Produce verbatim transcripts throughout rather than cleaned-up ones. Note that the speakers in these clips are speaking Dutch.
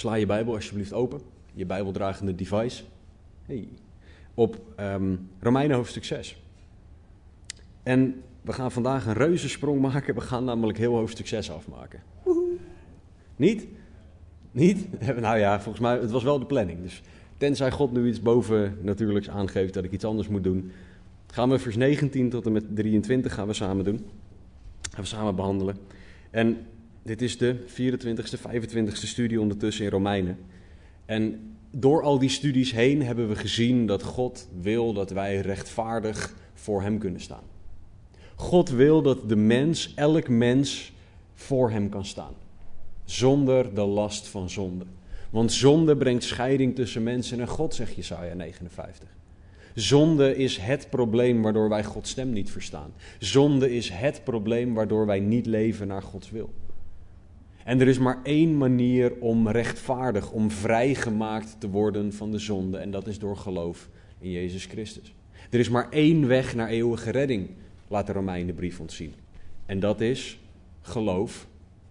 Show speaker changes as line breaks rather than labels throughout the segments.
Sla je Bijbel alsjeblieft open, je Bijbeldragende device, hey, op um, Romeinen hoofdstuk zes. En we gaan vandaag een reuzensprong maken, we gaan namelijk heel hoofdstuk zes afmaken. Woehoe. Niet? Niet? Nou ja, volgens mij, het was wel de planning. Dus tenzij God nu iets bovennatuurlijks aangeeft dat ik iets anders moet doen, gaan we vers negentien tot en met drieëntwintig gaan we samen doen. Gaan we samen behandelen. En dit is de vierentwintigste, vijfentwintigste studie ondertussen in Romeinen. En door al die studies heen hebben we gezien dat God wil dat wij rechtvaardig voor hem kunnen staan. God wil dat de mens, elk mens, voor hem kan staan. Zonder de last van zonde. Want zonde brengt scheiding tussen mensen en God, zegt Jesaja negenenvijftig. Zonde is het probleem waardoor wij Gods stem niet verstaan. Zonde is het probleem waardoor wij niet leven naar Gods wil. En er is maar één manier om rechtvaardig, om vrijgemaakt te worden van de zonde. En dat is door geloof in Jezus Christus. Er is maar één weg naar eeuwige redding, laat de Romeinenbrief ons zien. En dat is geloof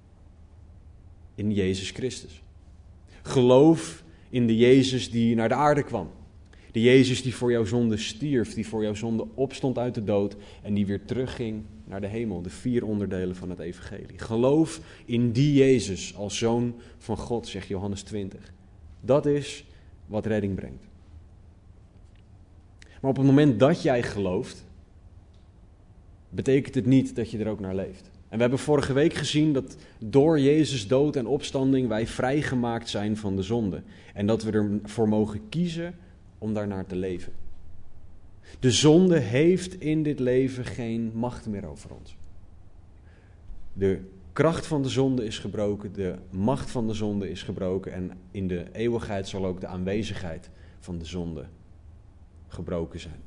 in Jezus Christus. Geloof in de Jezus die naar de aarde kwam. De Jezus die voor jouw zonde stierf, die voor jouw zonde opstond uit de dood en die weer terugging naar de hemel. De vier onderdelen van het evangelie. Geloof in die Jezus als zoon van God, zegt Johannes twintig. Dat is wat redding brengt. Maar op het moment dat jij gelooft, betekent het niet dat je er ook naar leeft. En we hebben vorige week gezien dat door Jezus' dood en opstanding wij vrijgemaakt zijn van de zonde. En dat we ervoor mogen kiezen om daarnaar te leven. De zonde heeft in dit leven geen macht meer over ons. De kracht van de zonde is gebroken, de macht van de zonde is gebroken en in de eeuwigheid zal ook de aanwezigheid van de zonde gebroken zijn.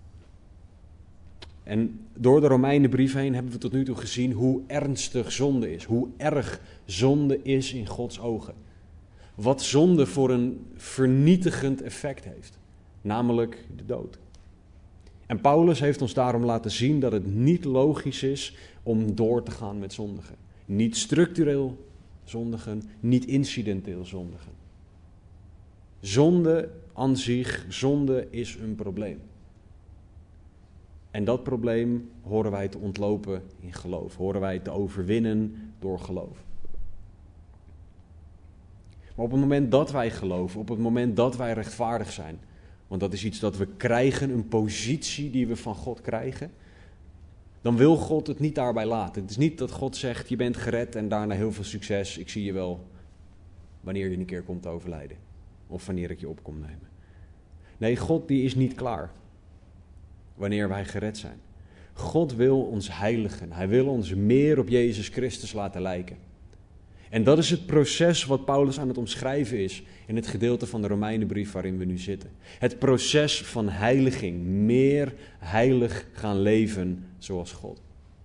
En door de Romeinenbrief heen hebben we tot nu toe gezien hoe ernstig zonde is, hoe erg zonde is in Gods ogen. Wat zonde voor een vernietigend effect heeft, namelijk de dood. En Paulus heeft ons daarom laten zien dat het niet logisch is om door te gaan met zondigen. Niet structureel zondigen, niet incidenteel zondigen. Zonde aan zich, zonde is een probleem. En dat probleem horen wij te ontlopen in geloof, horen wij te overwinnen door geloof. Maar op het moment dat wij geloven, op het moment dat wij rechtvaardig zijn, want dat is iets dat we krijgen, een positie die we van God krijgen, dan wil God het niet daarbij laten. Het is niet dat God zegt, je bent gered en daarna heel veel succes, ik zie je wel wanneer je een keer komt te overlijden. Of wanneer ik je op kom nemen. Nee, God die is niet klaar wanneer wij gered zijn. God wil ons heiligen, hij wil ons meer op Jezus Christus laten lijken. En dat is het proces wat Paulus aan het omschrijven is in het gedeelte van de Romeinenbrief waarin we nu zitten. Het proces van heiliging, meer heilig gaan leven zoals God.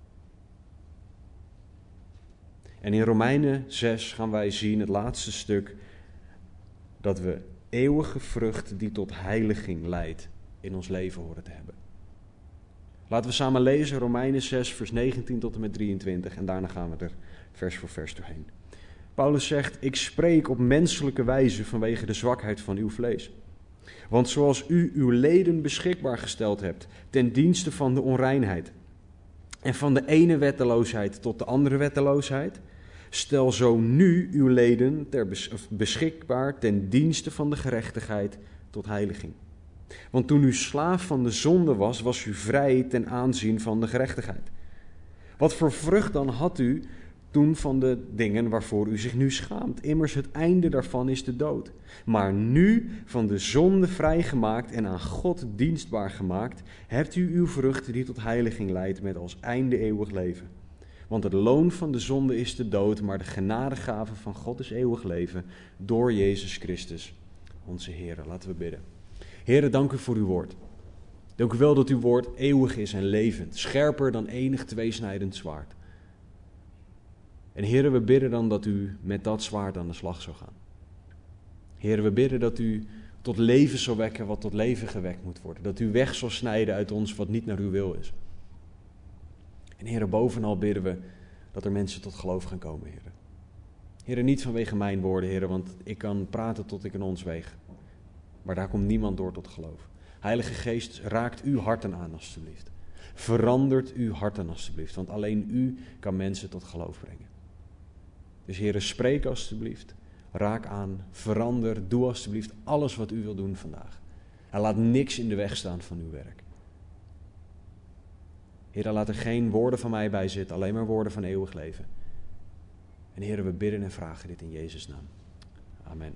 En in Romeinen zes gaan wij zien, het laatste stuk, dat we eeuwige vrucht die tot heiliging leidt in ons leven horen te hebben. Laten we samen lezen Romeinen zes vers negentien tot en met drieëntwintig en daarna gaan we er vers voor vers doorheen. Paulus zegt, ik spreek op menselijke wijze vanwege de zwakheid van uw vlees. Want zoals u uw leden beschikbaar gesteld hebt ten dienste van de onreinheid en van de ene wetteloosheid tot de andere wetteloosheid, stel zo nu uw leden ter bes- beschikbaar ten dienste van de gerechtigheid tot heiliging. Want toen u slaaf van de zonde was, was u vrij ten aanzien van de gerechtigheid. Wat voor vrucht dan had u toen van de dingen waarvoor u zich nu schaamt? Immers het einde daarvan is de dood. Maar nu van de zonde vrijgemaakt en aan God dienstbaar gemaakt, hebt u uw vrucht die tot heiliging leidt met als einde eeuwig leven. Want het loon van de zonde is de dood, maar de genadegave van God is eeuwig leven door Jezus Christus, onze Heer. Laten we bidden. Heere, dank u voor uw woord. Dank u wel dat uw woord eeuwig is en levend, scherper dan enig tweesnijdend zwaard. En Heere, we bidden dan dat u met dat zwaard aan de slag zou gaan. Heere, we bidden dat u tot leven zou wekken wat tot leven gewekt moet worden. Dat u weg zal snijden uit ons wat niet naar uw wil is. En Heere, bovenal bidden we dat er mensen tot geloof gaan komen, Heere. Heere, niet vanwege mijn woorden, Heere, want ik kan praten tot ik een ons weeg. Maar daar komt niemand door tot geloof. Heilige Geest, raakt uw harten aan alstublieft. Verandert uw harten alstublieft, want alleen u kan mensen tot geloof brengen. Dus Heere, spreek alstublieft, raak aan, verander, doe alstublieft alles wat u wil doen vandaag. En laat niks in de weg staan van uw werk. Heere, laat er geen woorden van mij bij zitten, alleen maar woorden van eeuwig leven. En Heere, we bidden en vragen dit in Jezus' naam. Amen.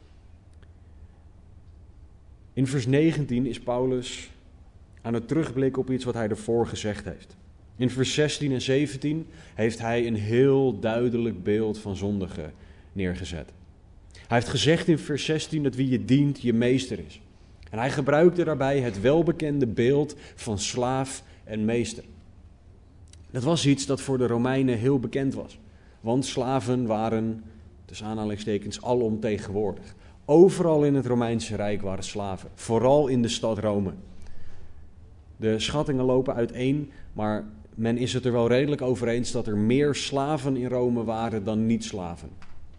In vers negentien is Paulus aan het terugblikken op iets wat hij ervoor gezegd heeft. In vers zestien en zeventien heeft hij een heel duidelijk beeld van zondigen neergezet. Hij heeft gezegd in vers zestien dat wie je dient je meester is. En hij gebruikte daarbij het welbekende beeld van slaaf en meester. Dat was iets dat voor de Romeinen heel bekend was. Want slaven waren, tussen aanhalingstekens, alomtegenwoordig. Overal in het Romeinse Rijk waren slaven. Vooral in de stad Rome. De schattingen lopen uiteen, maar men is het er wel redelijk over eens dat er meer slaven in Rome waren dan niet-slaven.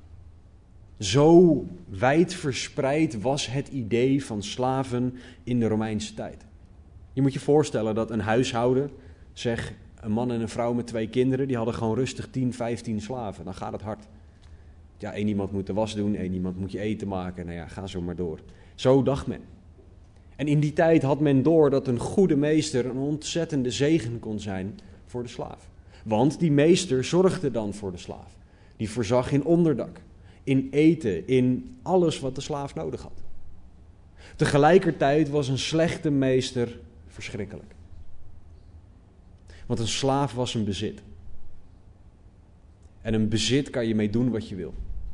Zo wijd verspreid was het idee van slaven in de Romeinse tijd. Je moet je voorstellen dat een huishouden, zeg een man en een vrouw met twee kinderen, die hadden gewoon rustig tien, vijftien slaven. Dan gaat het hard. Ja, één iemand moet de was doen, één iemand moet je eten maken. Nou ja, ga zo maar door. Zo dacht men. En in die tijd had men door dat een goede meester een ontzettende zegen kon zijn voor de slaaf. Want die meester zorgde dan voor de slaaf. Die voorzag in onderdak, in eten, in alles wat de slaaf nodig had. Tegelijkertijd was een slechte meester verschrikkelijk. Want een slaaf was een bezit. En een bezit kan je mee doen wat je wil.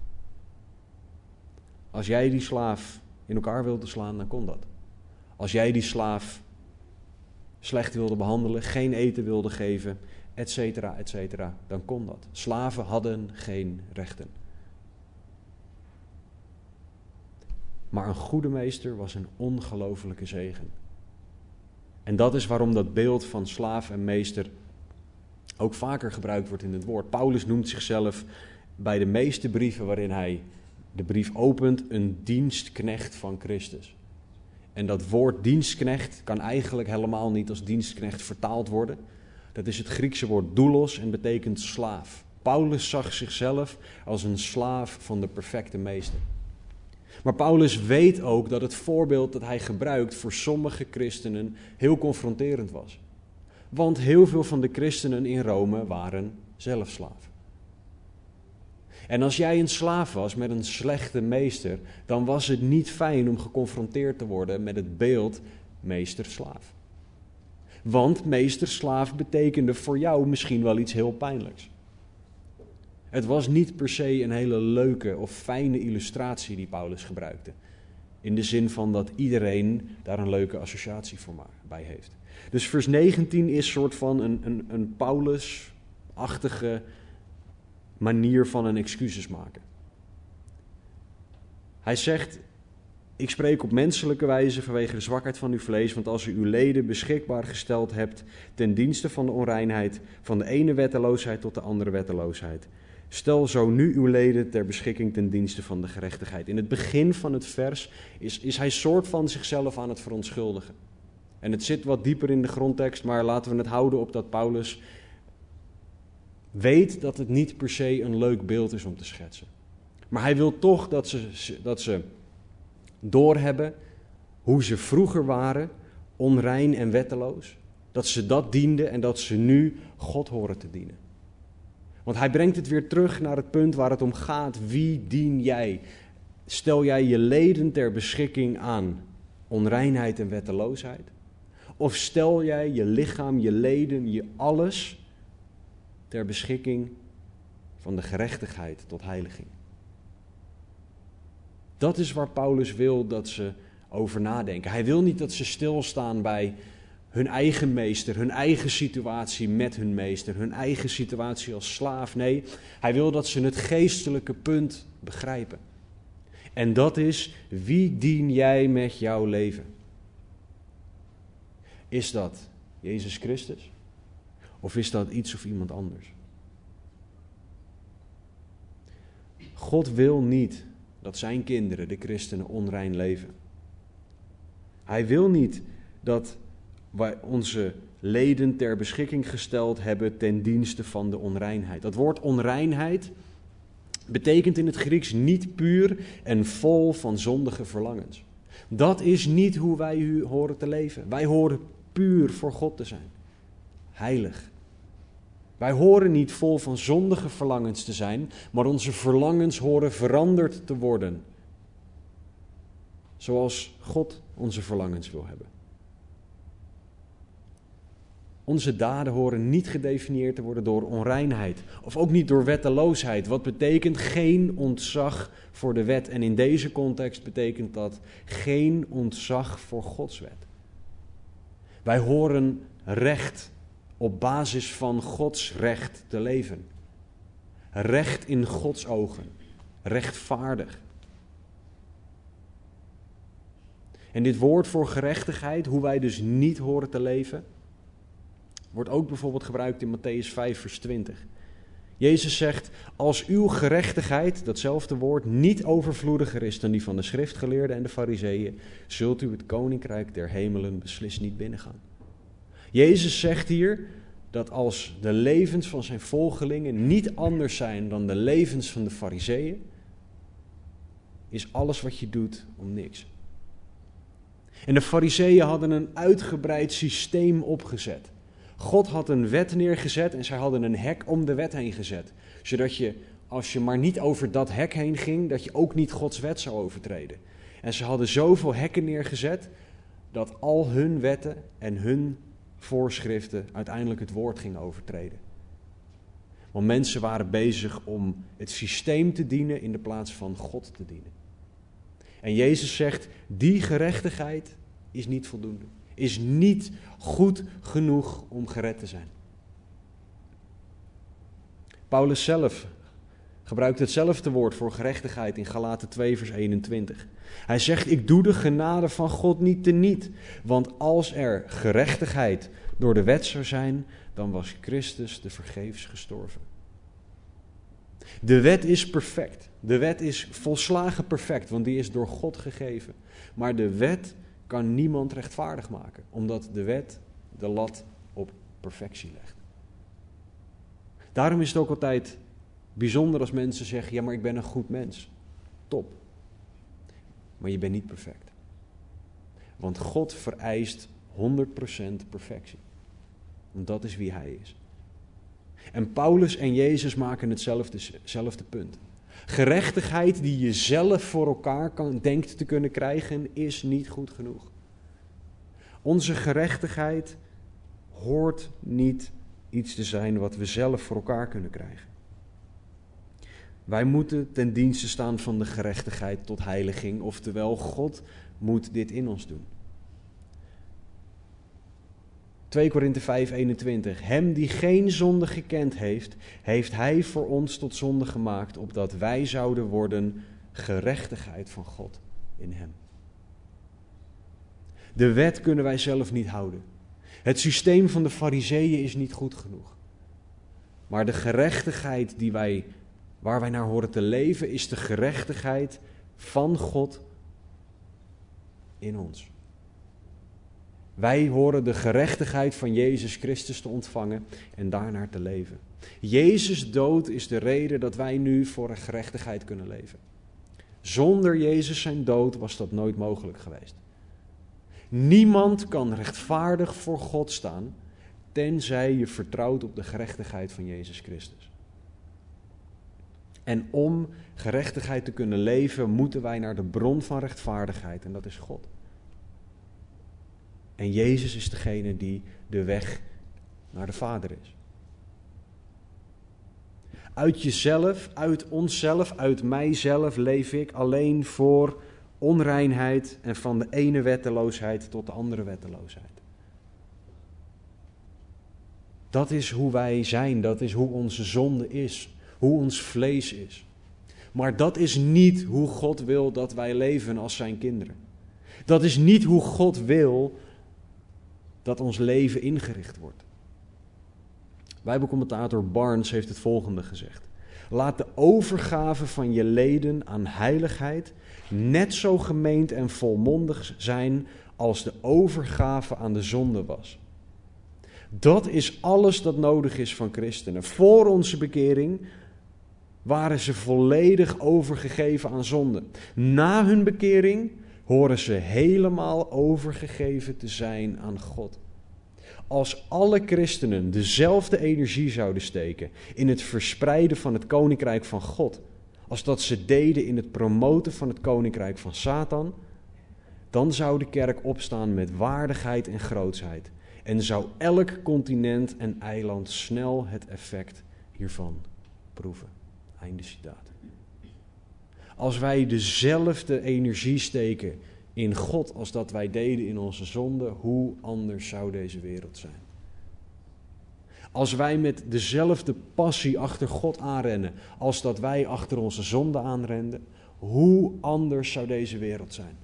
Als jij die slaaf in elkaar wilde slaan, dan kon dat. Als jij die slaaf slecht wilde behandelen, geen eten wilde geven, et cetera, et cetera, dan kon dat. Slaven hadden geen rechten. Maar een goede meester was een ongelofelijke zegen. En dat is waarom dat beeld van slaaf en meester ook vaker gebruikt wordt in het woord. Paulus noemt zichzelf bij de meeste brieven waarin hij de brief opent een dienstknecht van Christus. En dat woord dienstknecht kan eigenlijk helemaal niet als dienstknecht vertaald worden. Dat is het Griekse woord doulos en betekent slaaf. Paulus zag zichzelf als een slaaf van de perfecte meester. Maar Paulus weet ook dat het voorbeeld dat hij gebruikt voor sommige christenen heel confronterend was. Want heel veel van de christenen in Rome waren zelf slaaf. En als jij een slaaf was met een slechte meester, dan was het niet fijn om geconfronteerd te worden met het beeld meester-slaaf. Want meester-slaaf betekende voor jou misschien wel iets heel pijnlijks. Het was niet per se een hele leuke of fijne illustratie die Paulus gebruikte. In de zin van dat iedereen daar een leuke associatie voor bij heeft. Dus vers negentien is een soort van een, een, een Paulus-achtige manier van een excuses maken. Hij zegt, ik spreek op menselijke wijze vanwege de zwakheid van uw vlees, want als u uw leden beschikbaar gesteld hebt ten dienste van de onreinheid, van de ene wetteloosheid tot de andere wetteloosheid, stel zo nu uw leden ter beschikking ten dienste van de gerechtigheid. In het begin van het vers is, is hij soort van zichzelf aan het verontschuldigen. En het zit wat dieper in de grondtekst, maar laten we het houden op dat Paulus weet dat het niet per se een leuk beeld is om te schetsen. Maar hij wil toch dat ze, dat ze doorhebben hoe ze vroeger waren, onrein en wetteloos. Dat ze dat dienden en dat ze nu God horen te dienen. Want hij brengt het weer terug naar het punt waar het om gaat. Wie dien jij? Stel jij je leden ter beschikking aan onreinheid en wetteloosheid? Of stel jij je lichaam, je leden, je alles ter beschikking van de gerechtigheid tot heiliging? Dat is waar Paulus wil dat ze over nadenken. Hij wil niet dat ze stilstaan bij hun eigen meester, hun eigen situatie met hun meester, hun eigen situatie als slaaf. Nee, hij wil dat ze het geestelijke punt begrijpen. En dat is, wie dien jij met jouw leven? Is dat Jezus Christus? Of is dat iets of iemand anders? God wil niet dat zijn kinderen, de christenen, onrein leven. Hij wil niet dat wij onze leden ter beschikking gesteld hebben ten dienste van de onreinheid. Dat woord onreinheid betekent in het Grieks niet puur en vol van zondige verlangens. Dat is niet hoe wij horen te leven. Wij horen puur voor God te zijn. Heilig. Wij horen niet vol van zondige verlangens te zijn, maar onze verlangens horen veranderd te worden. Zoals God onze verlangens wil hebben. Onze daden horen niet gedefinieerd te worden door onreinheid. Of ook niet door wetteloosheid. Wat betekent geen ontzag voor de wet. En in deze context betekent dat geen ontzag voor Gods wet. Wij horen recht op basis van Gods recht te leven. Recht in Gods ogen. Rechtvaardig. En dit woord voor gerechtigheid, hoe wij dus niet horen te leven, wordt ook bijvoorbeeld gebruikt in Mattheüs vijf vers twintig. Jezus zegt, als uw gerechtigheid, datzelfde woord, niet overvloediger is dan die van de schriftgeleerden en de farizeeën, zult u het koninkrijk der hemelen beslist niet binnengaan. Jezus zegt hier dat als de levens van zijn volgelingen niet anders zijn dan de levens van de farizeeën, is alles wat je doet om niks. En de farizeeën hadden een uitgebreid systeem opgezet. God had een wet neergezet en zij hadden een hek om de wet heen gezet. Zodat je, als je maar niet over dat hek heen ging, dat je ook niet Gods wet zou overtreden. En ze hadden zoveel hekken neergezet, dat al hun wetten en hun voorschriften uiteindelijk het woord gingen overtreden. Want mensen waren bezig om het systeem te dienen in de plaats van God te dienen. En Jezus zegt, die gerechtigheid is niet voldoende. Is niet goed genoeg om gered te zijn. Paulus zelf gebruikt hetzelfde woord voor gerechtigheid in Galaten twee vers eenentwintig. Hij zegt, ik doe de genade van God niet teniet. Want als er gerechtigheid door de wet zou zijn, dan was Christus te vergeefs gestorven. De wet is perfect. De wet is volslagen perfect, want die is door God gegeven. Maar de wet kan niemand rechtvaardig maken, omdat de wet de lat op perfectie legt. Daarom is het ook altijd bijzonder als mensen zeggen, ja, maar ik ben een goed mens. Top. Maar je bent niet perfect. Want God vereist honderd procent perfectie. Want dat is wie hij is. En Paulus en Jezus maken hetzelfde, hetzelfde punt. Gerechtigheid die je zelf voor elkaar kan, denkt te kunnen krijgen, is niet goed genoeg. Onze gerechtigheid hoort niet iets te zijn wat we zelf voor elkaar kunnen krijgen. Wij moeten ten dienste staan van de gerechtigheid tot heiliging, oftewel God moet dit in ons doen. twee Korinthe vijf eenentwintig. Hem die geen zonde gekend heeft, heeft hij voor ons tot zonde gemaakt, opdat wij zouden worden gerechtigheid van God in hem. De wet kunnen wij zelf niet houden. Het systeem van de farizeeën is niet goed genoeg. Maar de gerechtigheid die wij, waar wij naar horen te leven, is de gerechtigheid van God in ons. Wij horen de gerechtigheid van Jezus Christus te ontvangen en daarnaar te leven. Jezus' dood is de reden dat wij nu voor een gerechtigheid kunnen leven. Zonder Jezus zijn dood was dat nooit mogelijk geweest. Niemand kan rechtvaardig voor God staan, tenzij je vertrouwt op de gerechtigheid van Jezus Christus. En om gerechtigheid te kunnen leven, moeten wij naar de bron van rechtvaardigheid, en dat is God. En Jezus is degene die de weg naar de Vader is. Uit jezelf, uit onszelf, uit mijzelf leef ik alleen voor onreinheid en van de ene wetteloosheid tot de andere wetteloosheid. Dat is hoe wij zijn, dat is hoe onze zonde is, hoe ons vlees is. Maar dat is niet hoe God wil dat wij leven als zijn kinderen. Dat is niet hoe God wil dat ons leven ingericht wordt. Bijbelcommentator Barnes heeft het volgende gezegd. Laat de overgave van je leden aan heiligheid net zo gemeend en volmondig zijn als de overgave aan de zonde was. Dat is alles dat nodig is van christenen. Voor onze bekering waren ze volledig overgegeven aan zonde. Na hun bekering horen ze helemaal overgegeven te zijn aan God. Als alle christenen dezelfde energie zouden steken in het verspreiden van het koninkrijk van God, als dat ze deden in het promoten van het koninkrijk van Satan, dan zou de kerk opstaan met waardigheid en grootsheid. En zou elk continent en eiland snel het effect hiervan proeven. Einde citaat. Als wij dezelfde energie steken in God als dat wij deden in onze zonde, hoe anders zou deze wereld zijn? Als wij met dezelfde passie achter God aanrennen als dat wij achter onze zonde aanrenden, hoe anders zou deze wereld zijn?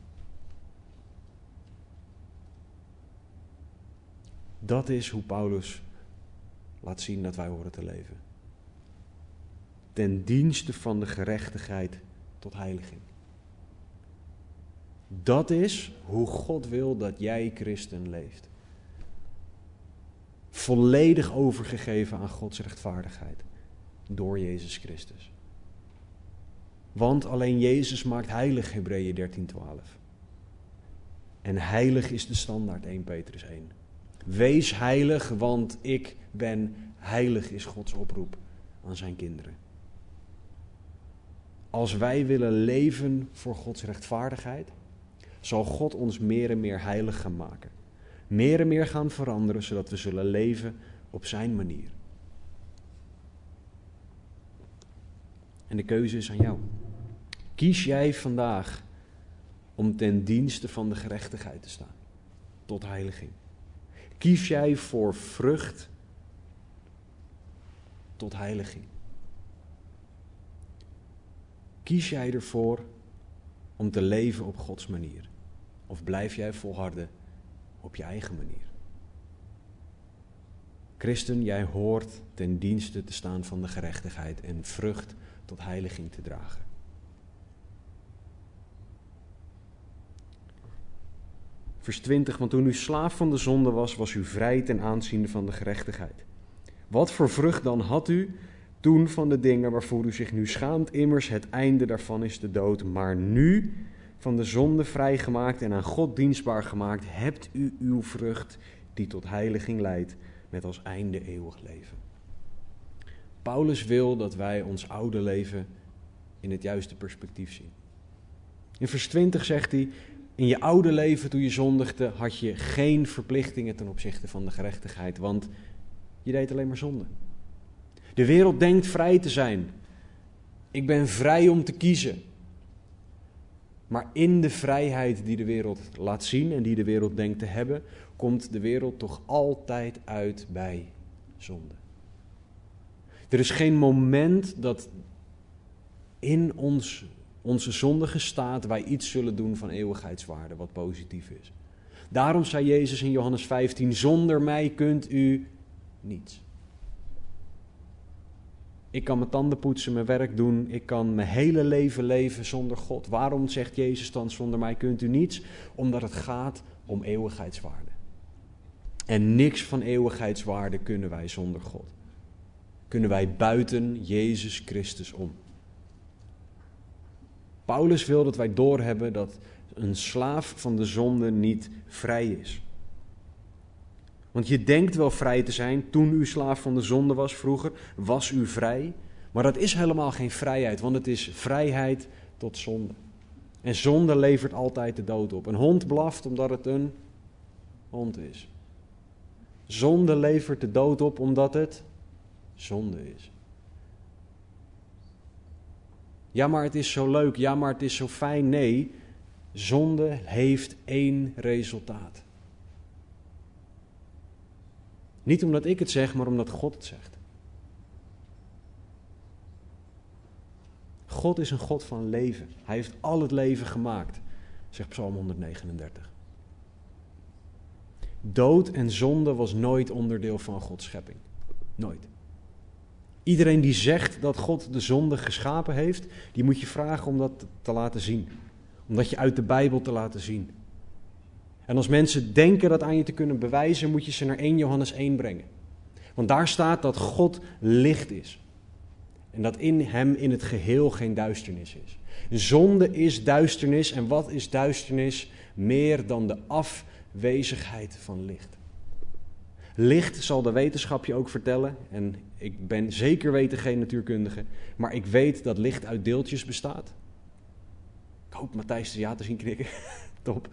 Dat is hoe Paulus laat zien dat wij horen te leven. Ten dienste van de gerechtigheid tot heiliging. Dat is hoe God wil dat jij, christen, leeft. Volledig overgegeven aan Gods rechtvaardigheid. Door Jezus Christus. Want alleen Jezus maakt heilig, Hebreeën dertien twaalf. En heilig is de standaard, eerste Petrus één. Wees heilig, want ik ben heilig, is Gods oproep aan zijn kinderen. Als wij willen leven voor Gods rechtvaardigheid, zal God ons meer en meer heilig gaan maken. Meer en meer gaan veranderen, zodat we zullen leven op zijn manier. En de keuze is aan jou. Kies jij vandaag om ten dienste van de gerechtigheid te staan, tot heiliging? Kies jij voor vrucht tot heiliging? Kies jij ervoor om te leven op Gods manier? Of blijf jij volharden op je eigen manier? Christen, jij hoort ten dienste te staan van de gerechtigheid en vrucht tot heiliging te dragen. Vers twintig, want toen u slaaf van de zonde was, was u vrij ten aanzien van de gerechtigheid. Wat voor vrucht dan had u toen van de dingen waarvoor u zich nu schaamt? Immers het einde daarvan is de dood. Maar nu, van de zonde vrijgemaakt en aan God dienstbaar gemaakt, hebt u uw vrucht die tot heiliging leidt, met als einde eeuwig leven. Paulus wil dat wij ons oude leven in het juiste perspectief zien. In vers twintig zegt hij: in je oude leven, toen je zondigde, had je geen verplichtingen ten opzichte van de gerechtigheid, want je deed alleen maar zonde. De wereld denkt vrij te zijn. Ik ben vrij om te kiezen. Maar in de vrijheid die de wereld laat zien en die de wereld denkt te hebben, komt de wereld toch altijd uit bij zonde. Er is geen moment dat in ons, onze zondige staat wij iets zullen doen van eeuwigheidswaarde wat positief is. Daarom zei Jezus in Johannes vijftien, zonder mij kunt u niets. Ik kan mijn tanden poetsen, mijn werk doen, ik kan mijn hele leven leven zonder God. Waarom zegt Jezus dan, zonder mij kunt u niets? Omdat het gaat om eeuwigheidswaarde. En niks van eeuwigheidswaarde kunnen wij zonder God. Kunnen wij buiten Jezus Christus om. Paulus wil dat wij doorhebben dat een slaaf van de zonde niet vrij is. Want je denkt wel vrij te zijn, toen u slaaf van de zonde was vroeger, was u vrij. Maar dat is helemaal geen vrijheid, want het is vrijheid tot zonde. En zonde levert altijd de dood op. Een hond blaft omdat het een hond is. Zonde levert de dood op omdat het zonde is. Ja, maar het is zo leuk. Ja, maar het is zo fijn. Nee, zonde heeft één resultaat. Niet omdat ik het zeg, maar omdat God het zegt. God is een God van leven. Hij heeft al het leven gemaakt, zegt Psalm honderdnegenendertig. Dood en zonde was nooit onderdeel van Gods schepping. Nooit. Iedereen die zegt dat God de zonde geschapen heeft, die moet je vragen om dat te laten zien. Om dat je uit de Bijbel te laten zien. En als mensen denken dat aan je te kunnen bewijzen, moet je ze naar eerste Johannes één brengen. Want daar staat dat God licht is. En dat in hem in het geheel geen duisternis is. Zonde is duisternis. En wat is duisternis? Meer dan de afwezigheid van licht. Licht zal de wetenschap je ook vertellen. En ik ben zeker weten geen natuurkundige. Maar ik weet dat licht uit deeltjes bestaat. Ik hoop Matthijs de ja te zien knikken. Top.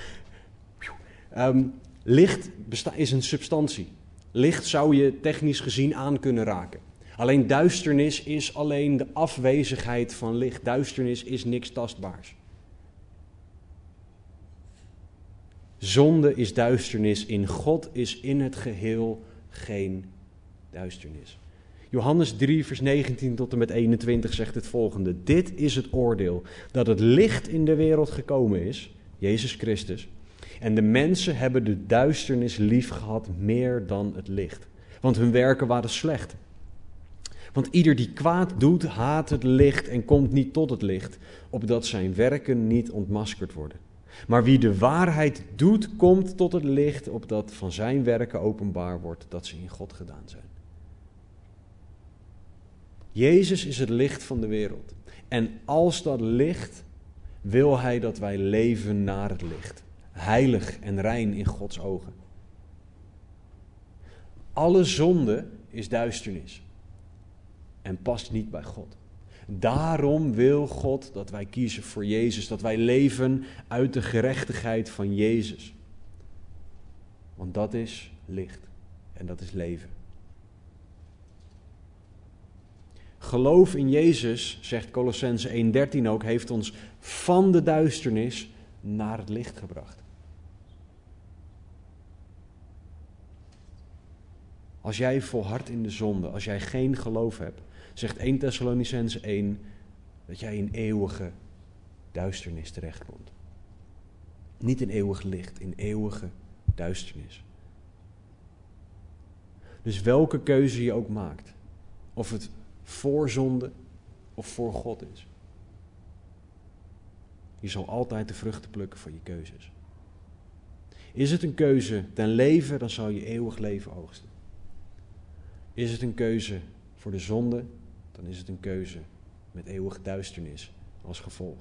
Um, licht besta- is een substantie. Licht zou je technisch gezien aan kunnen raken. Alleen duisternis is alleen de afwezigheid van licht. Duisternis is niks tastbaars. Zonde is duisternis. In God is in het geheel geen duisternis. Johannes drie vers negentien tot en met eenentwintig zegt het volgende. Dit is het oordeel, dat het licht in de wereld gekomen is, Jezus Christus. En de mensen hebben de duisternis lief gehad meer dan het licht. Want hun werken waren slecht. Want ieder die kwaad doet, haat het licht en komt niet tot het licht, opdat zijn werken niet ontmaskerd worden. Maar wie de waarheid doet, komt tot het licht, opdat van zijn werken openbaar wordt dat ze in God gedaan zijn. Jezus is het licht van de wereld. En als dat licht, wil hij dat wij leven naar het licht. Heilig en rein in Gods ogen. Alle zonde is duisternis. En past niet bij God. Daarom wil God dat wij kiezen voor Jezus. Dat wij leven uit de gerechtigheid van Jezus. Want dat is licht. En dat is leven. Geloof in Jezus, zegt Kolossenzen één dertien ook, heeft ons van de duisternis naar het licht gebracht. Als jij volhardt in de zonde, als jij geen geloof hebt, zegt eerste Thessalonicenzen één, dat jij in eeuwige duisternis terechtkomt. Niet in eeuwig licht, in eeuwige duisternis. Dus welke keuze je ook maakt, of het voor zonde of voor God is. Je zal altijd de vruchten plukken van je keuzes. Is het een keuze ten leven, dan zal je eeuwig leven oogsten. Is het een keuze voor de zonde, dan is het een keuze met eeuwige duisternis als gevolg.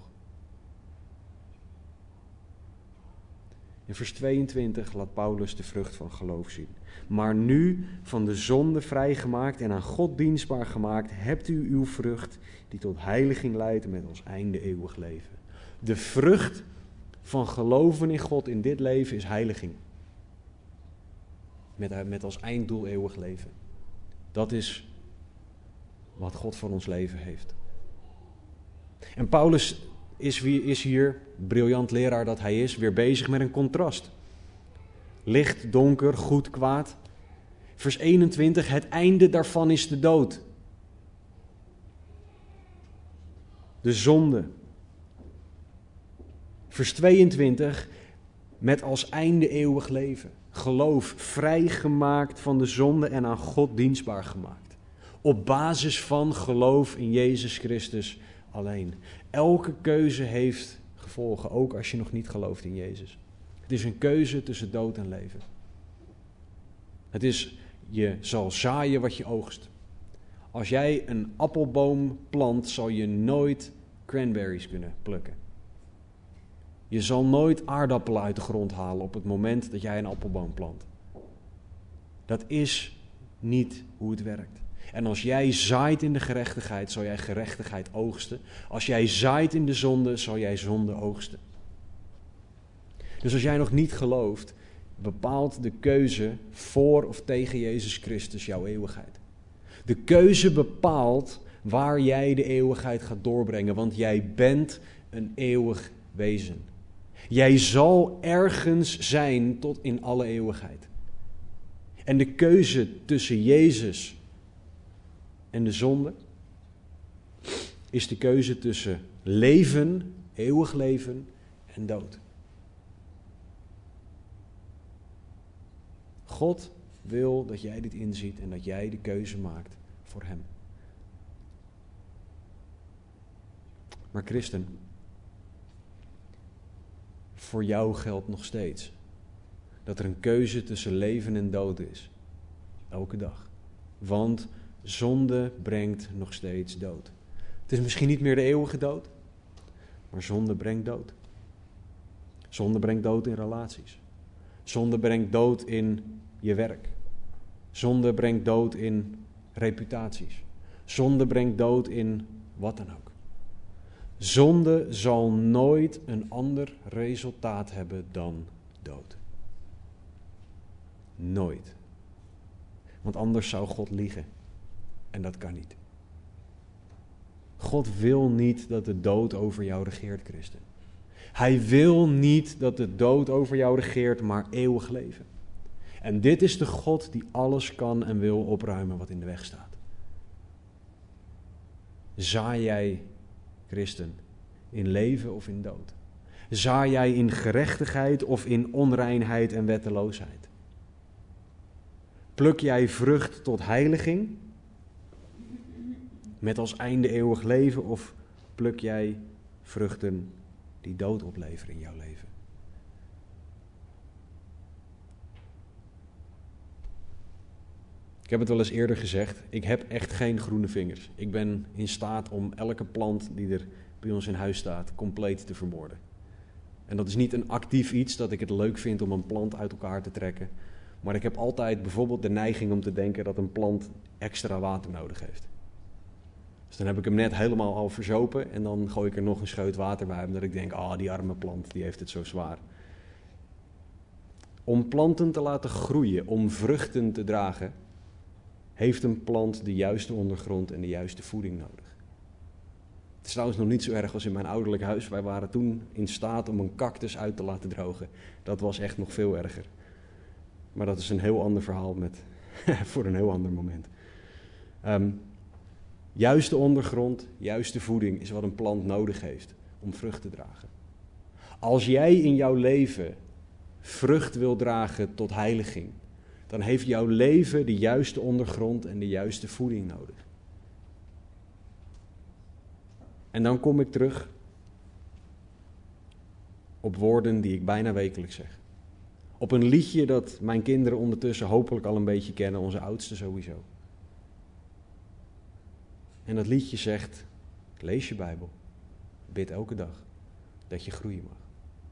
In vers tweeëntwintig laat Paulus de vrucht van geloof zien. Maar nu, van de zonde vrijgemaakt en aan God dienstbaar gemaakt, hebt u uw vrucht die tot heiliging leidt met als einde eeuwig leven. De vrucht van geloven in God in dit leven is heiliging. Met, met als einddoel eeuwig leven. Dat is wat God voor ons leven heeft. En Paulus is, is hier, briljant leraar dat hij is, weer bezig met een contrast. Licht, donker, goed, kwaad. Vers eenentwintig, het einde daarvan is de dood. De zonde. Vers tweeëntwintig, met als einde eeuwig leven. Geloof, vrijgemaakt van de zonde en aan God dienstbaar gemaakt. Op basis van geloof in Jezus Christus alleen. Elke keuze heeft gevolgen, ook als je nog niet gelooft in Jezus. Het is een keuze tussen dood en leven. Het is, je zal zaaien wat je oogst. Als jij een appelboom plant, zal je nooit cranberries kunnen plukken. Je zal nooit aardappelen uit de grond halen op het moment dat jij een appelboom plant. Dat is niet hoe het werkt. En als jij zaait in de gerechtigheid, zal jij gerechtigheid oogsten. Als jij zaait in de zonde, zal jij zonde oogsten. Dus als jij nog niet gelooft, bepaalt de keuze voor of tegen Jezus Christus jouw eeuwigheid. De keuze bepaalt waar jij de eeuwigheid gaat doorbrengen, want jij bent een eeuwig wezen. Jij zal ergens zijn tot in alle eeuwigheid. En de keuze tussen Jezus en de zonde is de keuze tussen leven, eeuwig leven en dood. God wil dat jij dit inziet en dat jij de keuze maakt voor hem. Maar christen, voor jou geldt nog steeds dat er een keuze tussen leven en dood is. Elke dag. Want zonde brengt nog steeds dood. Het is misschien niet meer de eeuwige dood, maar zonde brengt dood. Zonde brengt dood in relaties. Zonde brengt dood in je werk. Zonde brengt dood in reputaties. Zonde brengt dood in wat dan ook. Zonde zal nooit een ander resultaat hebben dan dood. Nooit. Want anders zou God liegen. En dat kan niet. God wil niet dat de dood over jou regeert, christen. Hij wil niet dat de dood over jou regeert, maar eeuwig leven. En dit is de God die alles kan en wil opruimen wat in de weg staat. Zaai jij, christen, in leven of in dood? Zaai jij in gerechtigheid of in onreinheid en wetteloosheid? Pluk jij vrucht tot heiliging, met als einde eeuwig leven, of pluk jij vruchten die dood opleveren in jouw leven? Ik heb het wel eens eerder gezegd, ik heb echt geen groene vingers. Ik ben in staat om elke plant die er bij ons in huis staat compleet te vermoorden. En dat is niet een actief iets dat ik het leuk vind om een plant uit elkaar te trekken. Maar ik heb altijd bijvoorbeeld de neiging om te denken dat een plant extra water nodig heeft. Dus dan heb ik hem net helemaal al verzopen en dan gooi ik er nog een scheut water bij, omdat ik denk, ah, oh, die arme plant, die heeft het zo zwaar. Om planten te laten groeien, om vruchten te dragen, heeft een plant de juiste ondergrond en de juiste voeding nodig. Het is trouwens nog niet zo erg als in mijn ouderlijk huis. Wij waren toen in staat om een cactus uit te laten drogen. Dat was echt nog veel erger. Maar dat is een heel ander verhaal met, voor een heel ander moment. Um, juiste ondergrond, juiste voeding is wat een plant nodig heeft om vrucht te dragen. Als jij in jouw leven vrucht wil dragen tot heiliging, dan heeft jouw leven de juiste ondergrond en de juiste voeding nodig. En dan kom ik terug op woorden die ik bijna wekelijks zeg. Op een liedje dat mijn kinderen ondertussen hopelijk al een beetje kennen, onze oudste sowieso. En dat liedje zegt, lees je Bijbel, bid elke dag, dat je groeien mag.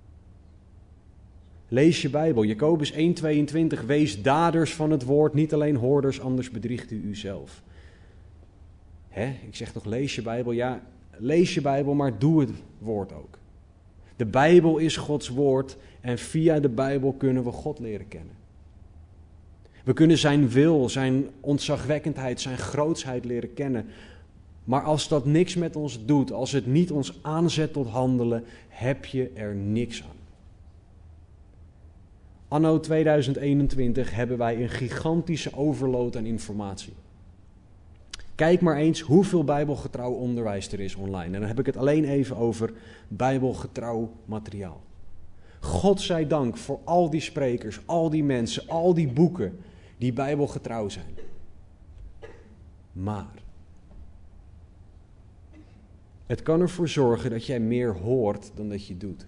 Lees je Bijbel, Jacobus één tweeëntwintig, wees daders van het woord, niet alleen hoorders, anders bedriegt u uzelf. Hè? Ik zeg toch, lees je Bijbel, ja, lees je Bijbel, maar doe het woord ook. De Bijbel is Gods woord en via de Bijbel kunnen we God leren kennen. We kunnen zijn wil, zijn ontzagwekkendheid, zijn grootsheid leren kennen. Maar als dat niks met ons doet, als het niet ons aanzet tot handelen, heb je er niks aan. Anno tweeduizend eenentwintig hebben wij een gigantische overload aan informatie. Kijk maar eens hoeveel bijbelgetrouw onderwijs er is online. En dan heb ik het alleen even over bijbelgetrouw materiaal. God zij dank voor al die sprekers, al die mensen, al die boeken die bijbelgetrouw zijn. Maar het kan ervoor zorgen dat jij meer hoort dan dat je doet.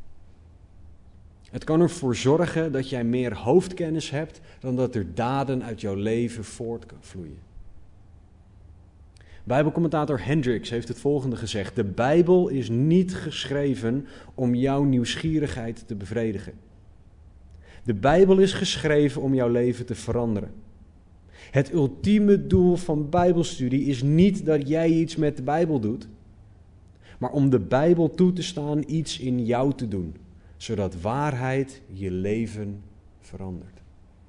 Het kan ervoor zorgen dat jij meer hoofdkennis hebt dan dat er daden uit jouw leven voort kan vloeien. Bijbelcommentator Hendricks heeft het volgende gezegd: de Bijbel is niet geschreven om jouw nieuwsgierigheid te bevredigen. De Bijbel is geschreven om jouw leven te veranderen. Het ultieme doel van Bijbelstudie is niet dat jij iets met de Bijbel doet, maar om de Bijbel toe te staan iets in jou te doen, zodat waarheid je leven verandert.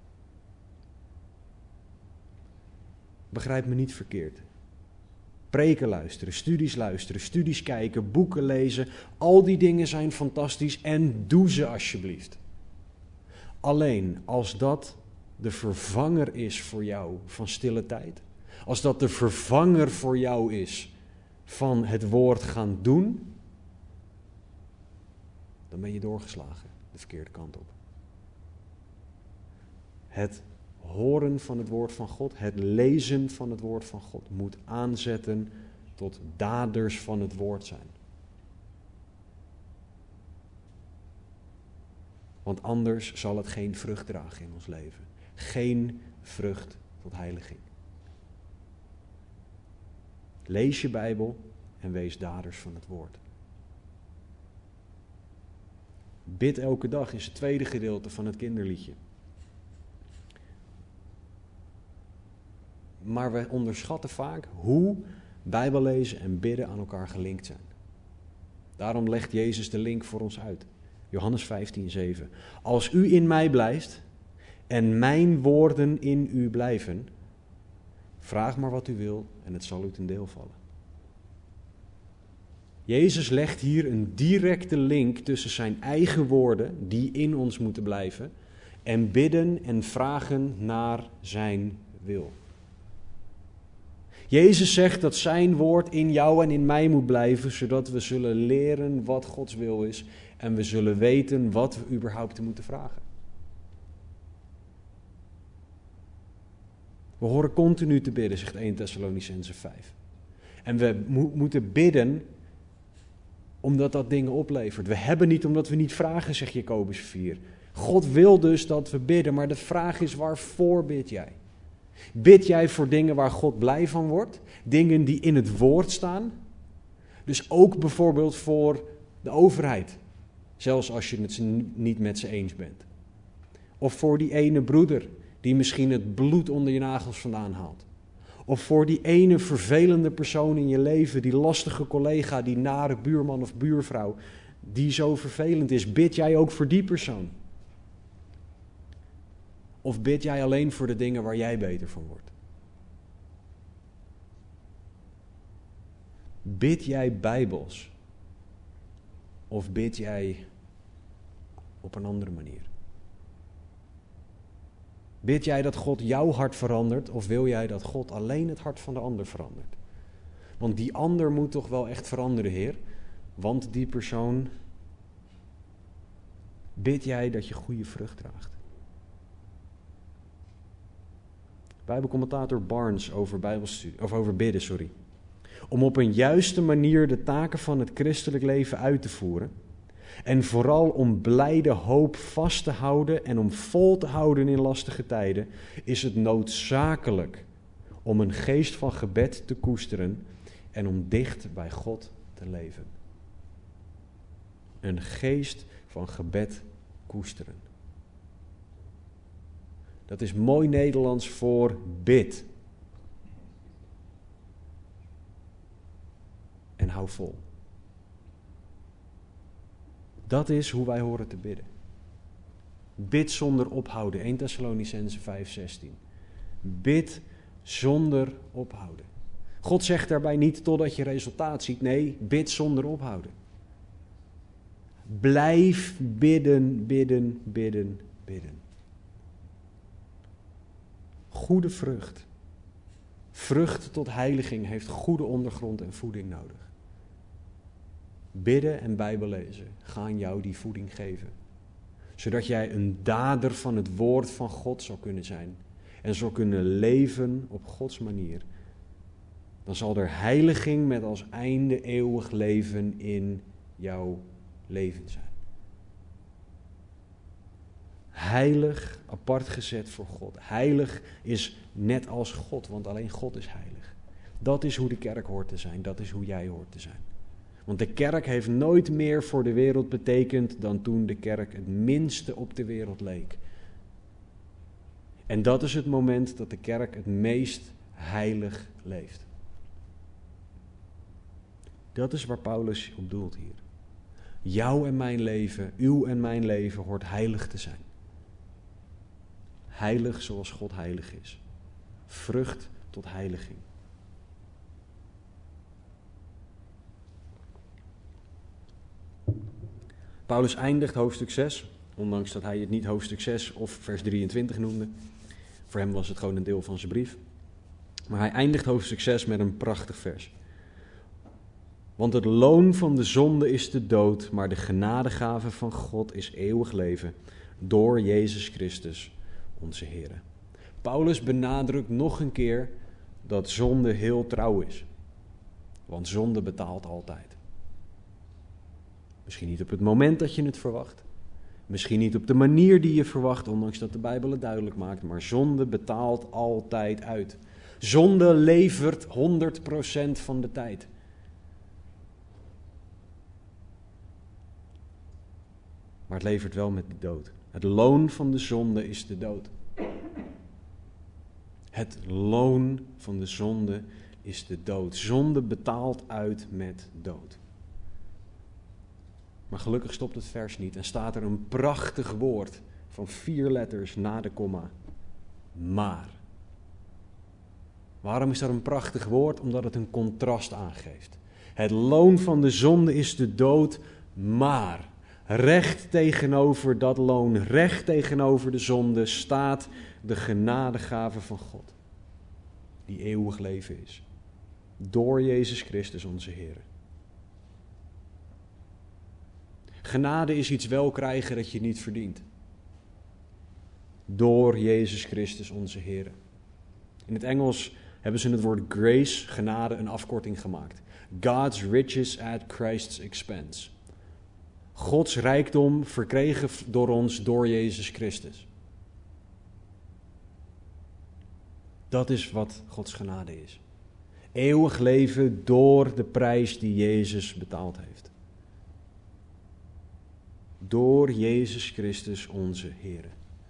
Begrijp me niet verkeerd. Preken luisteren, studies luisteren, studies kijken, boeken lezen, al die dingen zijn fantastisch en doe ze alsjeblieft. Alleen als dat de vervanger is voor jou van stille tijd, als dat de vervanger voor jou is van het woord gaan doen, dan ben je doorgeslagen de verkeerde kant op. Het horen van het woord van God, het lezen van het woord van God moet aanzetten tot daders van het woord zijn. Want anders zal het geen vrucht dragen in ons leven. Geen vrucht tot heiliging. Lees je Bijbel en wees daders van het woord. Bid elke dag is het tweede gedeelte van het kinderliedje. Maar we onderschatten vaak hoe Bijbellezen en bidden aan elkaar gelinkt zijn. Daarom legt Jezus de link voor ons uit. Johannes vijftien zeven. Als u in mij blijft en mijn woorden in u blijven, vraag maar wat u wil en het zal u ten deel vallen. Jezus legt hier een directe link tussen zijn eigen woorden, die in ons moeten blijven, en bidden en vragen naar zijn wil. Jezus zegt dat zijn woord in jou en in mij moet blijven, zodat we zullen leren wat Gods wil is en we zullen weten wat we überhaupt moeten vragen. We horen continu te bidden, zegt eerste Thessalonicenzen vijf. En we mo- moeten bidden omdat dat dingen oplevert. We hebben niet omdat we niet vragen, zegt Jacobus vier. God wil dus dat we bidden, maar de vraag is, waarvoor bid jij? Bid jij voor dingen waar God blij van wordt? Dingen die in het woord staan? Dus ook bijvoorbeeld voor de overheid. Zelfs als je het niet met ze eens bent. Of voor die ene broeder die misschien het bloed onder je nagels vandaan haalt. Of voor die ene vervelende persoon in je leven, die lastige collega, die nare buurman of buurvrouw, die zo vervelend is. Bid jij ook voor die persoon? Of bid jij alleen voor de dingen waar jij beter van wordt? Bid jij bijbels? Of bid jij op een andere manier? Bid jij dat God jouw hart verandert, of wil jij dat God alleen het hart van de ander verandert? Want die ander moet toch wel echt veranderen, Heer? Want die persoon, bid jij dat je goede vrucht draagt? Bijbelcommentator Barnes over, Bijbelstudie, of over bidden, sorry. Om op een juiste manier de taken van het christelijk leven uit te voeren. En vooral om blijde hoop vast te houden en om vol te houden in lastige tijden, is het noodzakelijk om een geest van gebed te koesteren en om dicht bij God te leven. Een geest van gebed koesteren. Dat is mooi Nederlands voor bid. En hou vol. Dat is hoe wij horen te bidden. Bid zonder ophouden. eerste Thessalonicenzen vijf zestien. Bid zonder ophouden. God zegt daarbij niet totdat je resultaat ziet. Nee, bid zonder ophouden. Blijf bidden, bidden, bidden, bidden. Goede vrucht. Vrucht tot heiliging heeft goede ondergrond en voeding nodig. Bidden en Bijbellezen gaan jou die voeding geven. Zodat jij een dader van het woord van God zou kunnen zijn. En zou kunnen leven op Gods manier. Dan zal er heiliging met als einde eeuwig leven in jouw leven zijn. Heilig, apart gezet voor God. Heilig is net als God, want alleen God is heilig. Dat is hoe de kerk hoort te zijn. Dat is hoe jij hoort te zijn. Want de kerk heeft nooit meer voor de wereld betekend dan toen de kerk het minste op de wereld leek. En dat is het moment dat de kerk het meest heilig leeft. Dat is waar Paulus op doelt hier. Jouw en mijn leven, uw en mijn leven hoort heilig te zijn. Heilig zoals God heilig is. Vrucht tot heiliging. Paulus eindigt hoofdstuk zes, ondanks dat hij het niet hoofdstuk zes of vers drieëntwintig noemde. Voor hem was het gewoon een deel van zijn brief. Maar hij eindigt hoofdstuk zes met een prachtig vers. Want het loon van de zonde is de dood, maar de genadegave van God is eeuwig leven door Jezus Christus, onze Heer. Paulus benadrukt nog een keer dat zonde heel trouw is. Want zonde betaalt altijd. Misschien niet op het moment dat je het verwacht, Misschien niet op de manier die je verwacht, ondanks dat de Bijbel het duidelijk maakt, maar zonde betaalt altijd uit. Zonde levert honderd procent van de tijd. Maar het levert wel met de dood. Het loon van de zonde is de dood. Het loon van de zonde is de dood. Zonde betaalt uit met dood. Maar gelukkig stopt het vers niet en staat er een prachtig woord van vier letters na de komma. Maar. Waarom is dat een prachtig woord? Omdat het een contrast aangeeft. Het loon van de zonde is de dood, maar recht tegenover dat loon, recht tegenover de zonde, staat de genadegave van God. Die eeuwig leven is. Door Jezus Christus onze Heer. Genade is iets wel krijgen dat je niet verdient. Door Jezus Christus onze Heer. In het Engels hebben ze het woord grace, genade, een afkorting gemaakt. God's riches at Christ's expense. Gods rijkdom verkregen door ons door Jezus Christus. Dat is wat Gods genade is. Eeuwig leven door de prijs die Jezus betaald heeft. Door Jezus Christus onze Heer.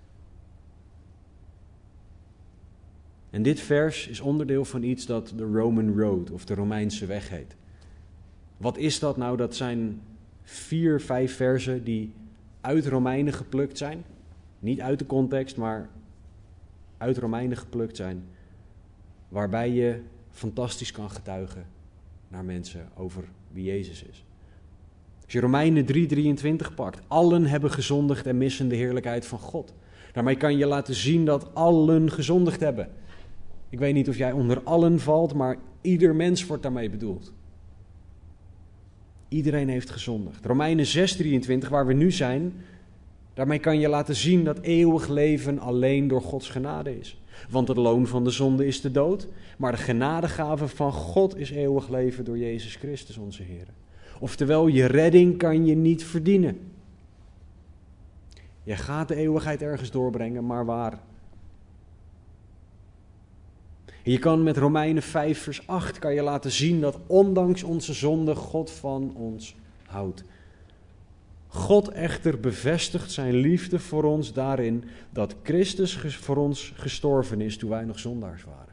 En dit vers is onderdeel van iets dat de Roman Road of de Romeinse weg heet. Wat is dat nou? Dat zijn vier, vijf versen die uit Romeinen geplukt zijn. Niet uit de context, maar uit Romeinen geplukt zijn. Waarbij je fantastisch kan getuigen naar mensen over wie Jezus is. Als je Romeinen drie drieëntwintig pakt. Allen hebben gezondigd en missen de heerlijkheid van God. Daarmee kan je laten zien dat allen gezondigd hebben. Ik weet niet of jij onder allen valt, maar ieder mens wordt daarmee bedoeld. Iedereen heeft gezondigd. Romeinen zes drieëntwintig, waar we nu zijn, daarmee kan je laten zien dat eeuwig leven alleen door Gods genade is. Want het loon van de zonde is de dood, maar de genadegave van God is eeuwig leven door Jezus Christus onze Heer. Oftewel, je redding kan je niet verdienen. Je gaat de eeuwigheid ergens doorbrengen, maar waar? Je kan met Romeinen vijf vers acht kan je laten zien dat ondanks onze zonde God van ons houdt. God echter bevestigt zijn liefde voor ons daarin dat Christus voor ons gestorven is toen wij nog zondaars waren.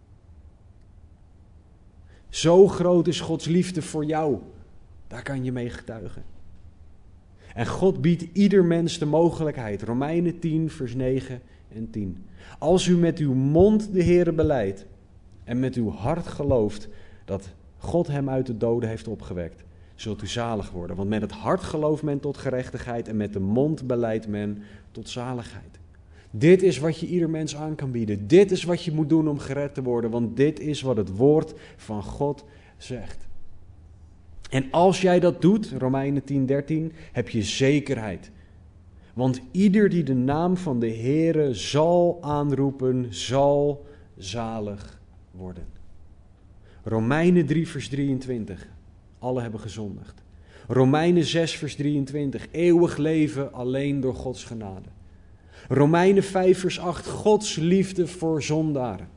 Zo groot is Gods liefde voor jou. Daar kan je mee getuigen. En God biedt ieder mens de mogelijkheid. Romeinen tien vers negen en tien. Als u met uw mond de Heere belijdt en met uw hart gelooft dat God hem uit de doden heeft opgewekt, zult u zalig worden. Want met het hart gelooft men tot gerechtigheid en met de mond belijdt men tot zaligheid. Dit is wat je ieder mens aan kan bieden. Dit is wat je moet doen om gered te worden, want dit is wat het woord van God zegt. En als jij dat doet, Romeinen tien dertien, heb je zekerheid. Want ieder die de naam van de Heere zal aanroepen, zal zalig worden. Romeinen drie vers drieëntwintig. Alle hebben gezondigd. Romeinen zes vers drieëntwintig. Eeuwig leven alleen door Gods genade. Romeinen vijf vers acht. Gods liefde voor zondaren.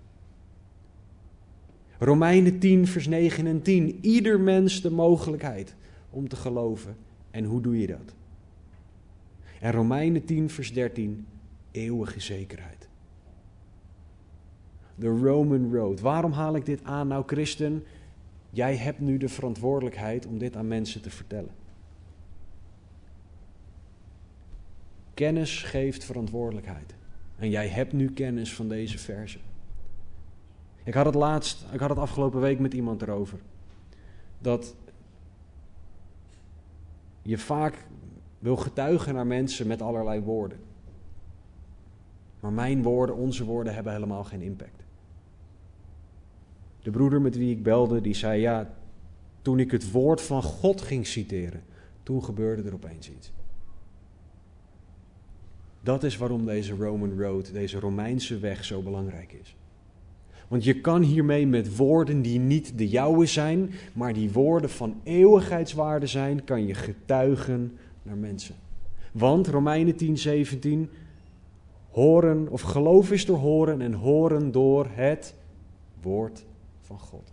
Romeinen tien vers negen en tien. Ieder mens de mogelijkheid om te geloven. En hoe doe je dat? En Romeinen tien vers dertien. Eeuwige zekerheid. De Roman Road. Waarom haal ik dit aan? Nou, christen, jij hebt nu de verantwoordelijkheid om dit aan mensen te vertellen. Kennis geeft verantwoordelijkheid. En jij hebt nu kennis van deze verzen. Ik had het laatst, ik had het afgelopen week met iemand erover. Dat je vaak wil getuigen naar mensen met allerlei woorden. Maar mijn woorden, onze woorden hebben helemaal geen impact. De broeder met wie ik belde, die zei, ja, toen ik het woord van God ging citeren, toen gebeurde er opeens iets. Dat is waarom deze Roman Road, deze Romeinse weg zo belangrijk is. Want je kan hiermee met woorden die niet de jouwe zijn, maar die woorden van eeuwigheidswaarde zijn, kan je getuigen naar mensen. Want, Romeinen tien, zeventien, horen, of geloof is door horen en horen door het woord van God.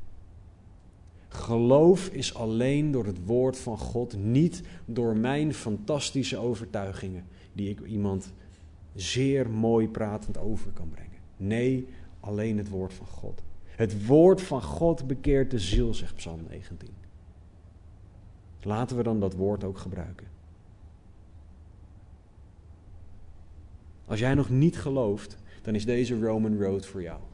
Geloof is alleen door het woord van God, niet door mijn fantastische overtuigingen, die ik iemand zeer mooi pratend over kan brengen. Nee, alleen het woord van God. Het woord van God bekeert de ziel, zegt Psalm negentien. Laten we dan dat woord ook gebruiken. Als jij nog niet gelooft, dan is deze Roman Road voor jou.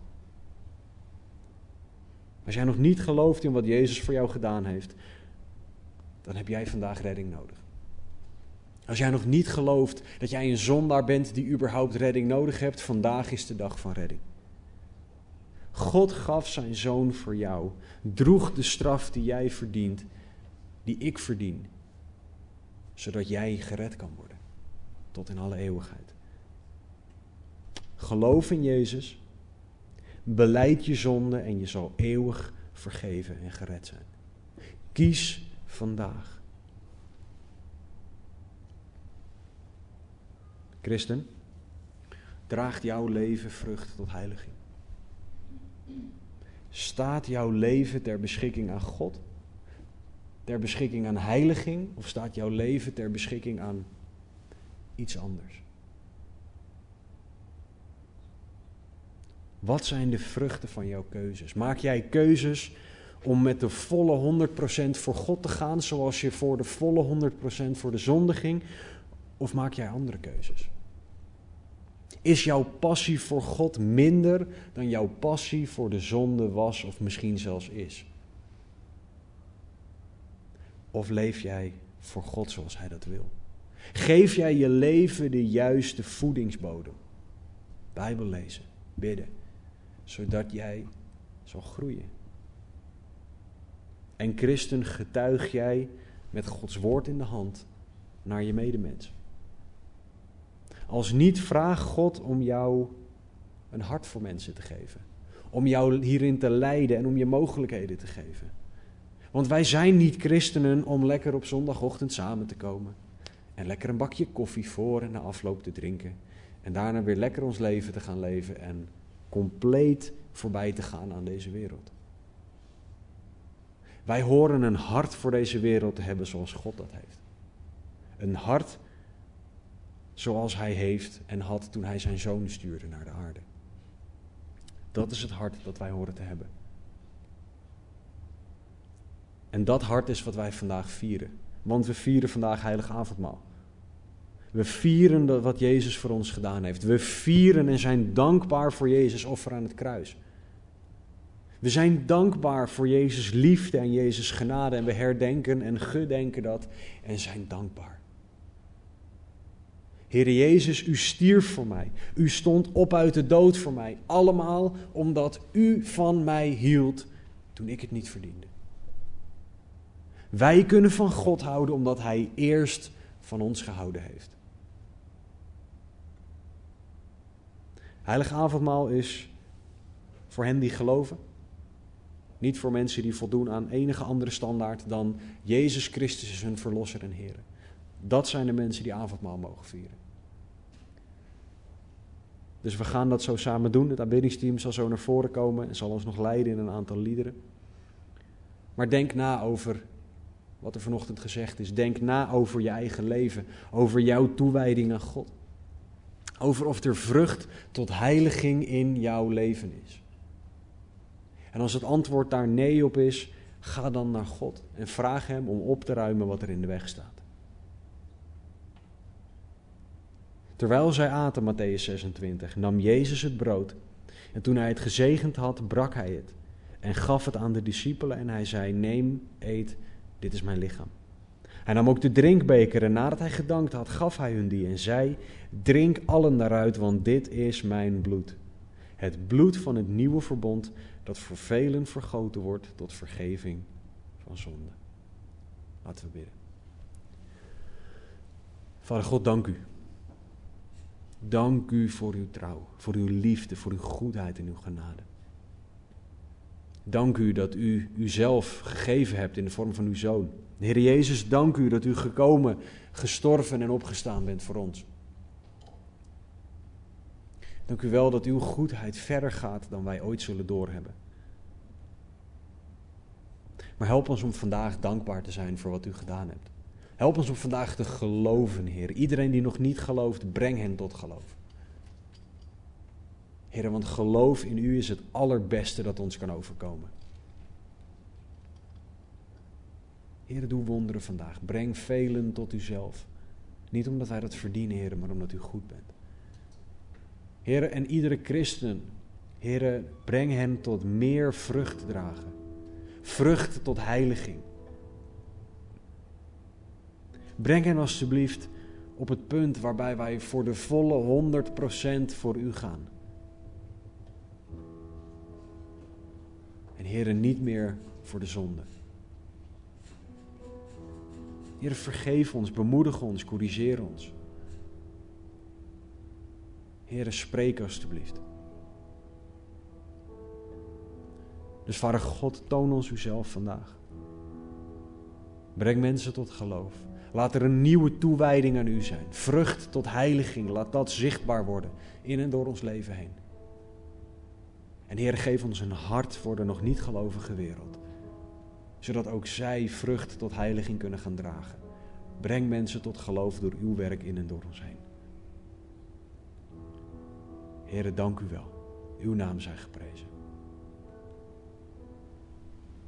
Als jij nog niet gelooft in wat Jezus voor jou gedaan heeft, dan heb jij vandaag redding nodig. Als jij nog niet gelooft dat jij een zondaar bent die überhaupt redding nodig hebt, vandaag is de dag van redding. God gaf zijn zoon voor jou, droeg de straf die jij verdient, die ik verdien, zodat jij gered kan worden, tot in alle eeuwigheid. Geloof in Jezus, belijd je zonde en je zal eeuwig vergeven en gered zijn. Kies vandaag. Christen, draagt jouw leven vrucht tot heiliging? Staat jouw leven ter beschikking aan God? Ter beschikking aan heiliging? Of staat jouw leven ter beschikking aan iets anders? Wat zijn de vruchten van jouw keuzes? Maak jij keuzes om met de volle honderd procent voor God te gaan, zoals je voor de volle honderd procent voor de zonde ging? Of maak jij andere keuzes? Is jouw passie voor God minder dan jouw passie voor de zonde was of misschien zelfs is? Of leef jij voor God zoals Hij dat wil? Geef jij je leven de juiste voedingsbodem? Bijbel lezen, bidden, zodat jij zal groeien. En christen, getuig jij met Gods woord in de hand naar je medemens. Als niet, vraag God om jou een hart voor mensen te geven. Om jou hierin te leiden en om je mogelijkheden te geven. Want wij zijn niet christenen om lekker op zondagochtend samen te komen. En lekker een bakje koffie voor en na afloop te drinken. En daarna weer lekker ons leven te gaan leven en compleet voorbij te gaan aan deze wereld. Wij horen een hart voor deze wereld te hebben zoals God dat heeft. Een hart zoals Hij heeft en had toen Hij zijn zoon stuurde naar de aarde. Dat is het hart dat wij horen te hebben. En dat hart is wat wij vandaag vieren. Want we vieren vandaag heilig avondmaal. We vieren wat Jezus voor ons gedaan heeft. We vieren en zijn dankbaar voor Jezus' offer aan het kruis. We zijn dankbaar voor Jezus' liefde en Jezus' genade. En we herdenken en gedenken dat en zijn dankbaar. Heere Jezus, u stierf voor mij. U stond op uit de dood voor mij. Allemaal omdat u van mij hield toen ik het niet verdiende. Wij kunnen van God houden omdat Hij eerst van ons gehouden heeft. Heilig avondmaal is voor hen die geloven. Niet voor mensen die voldoen aan enige andere standaard dan Jezus Christus is hun verlosser en Heer. Dat zijn de mensen die avondmaal mogen vieren. Dus we gaan dat zo samen doen. Het aanbiddingsteam zal zo naar voren komen en zal ons nog leiden in een aantal liederen. Maar denk na over wat er vanochtend gezegd is. Denk na over je eigen leven, over jouw toewijding aan God. Over of er vrucht tot heiliging in jouw leven is. En als het antwoord daar nee op is, ga dan naar God en vraag Hem om op te ruimen wat er in de weg staat. Terwijl zij aten, Mattheüs zesentwintig, nam Jezus het brood en toen Hij het gezegend had, brak Hij het en gaf het aan de discipelen en Hij zei, neem, eet, dit is mijn lichaam. Hij nam ook de drinkbeker en nadat Hij gedankt had, gaf Hij hun die en zei, drink allen daaruit, want dit is mijn bloed. Het bloed van het nieuwe verbond dat voor velen vergoten wordt tot vergeving van zonde. Laten we bidden. Vader God, dank u. Dank u voor uw trouw, voor uw liefde, voor uw goedheid en uw genade. dank u dat u uzelf gegeven hebt in de vorm van uw Zoon. Heer Jezus, dank u dat u gekomen, gestorven en opgestaan bent voor ons. Dank u wel dat uw goedheid verder gaat dan wij ooit zullen doorhebben. Maar help ons om vandaag dankbaar te zijn voor wat u gedaan hebt. Help ons om vandaag te geloven, Heer. Iedereen die nog niet gelooft, breng hen tot geloof. Heer, want geloof in u is het allerbeste dat ons kan overkomen. Heer, doe wonderen vandaag. Breng velen tot uzelf. Niet omdat wij dat verdienen, Heer, maar omdat u goed bent. Heer, en iedere christen, Heer, breng hen tot meer vrucht dragen. Vrucht tot heiliging. Breng hen alstublieft op het punt waarbij wij voor de volle honderd procent voor u gaan. En Heere, niet meer voor de zonde. Heere, vergeef ons, bemoedig ons, corrigeer ons. Heere, spreek alstublieft. Dus Vader God, toon ons uzelf vandaag. Breng mensen tot geloof. Laat er een nieuwe toewijding aan u zijn. Vrucht tot heiliging, laat dat zichtbaar worden in en door ons leven heen. En Heer, geef ons een hart voor de nog niet gelovige wereld. Zodat ook zij vrucht tot heiliging kunnen gaan dragen. Breng mensen tot geloof door uw werk in en door ons heen. Heer, dank u wel. Uw naam zij geprezen.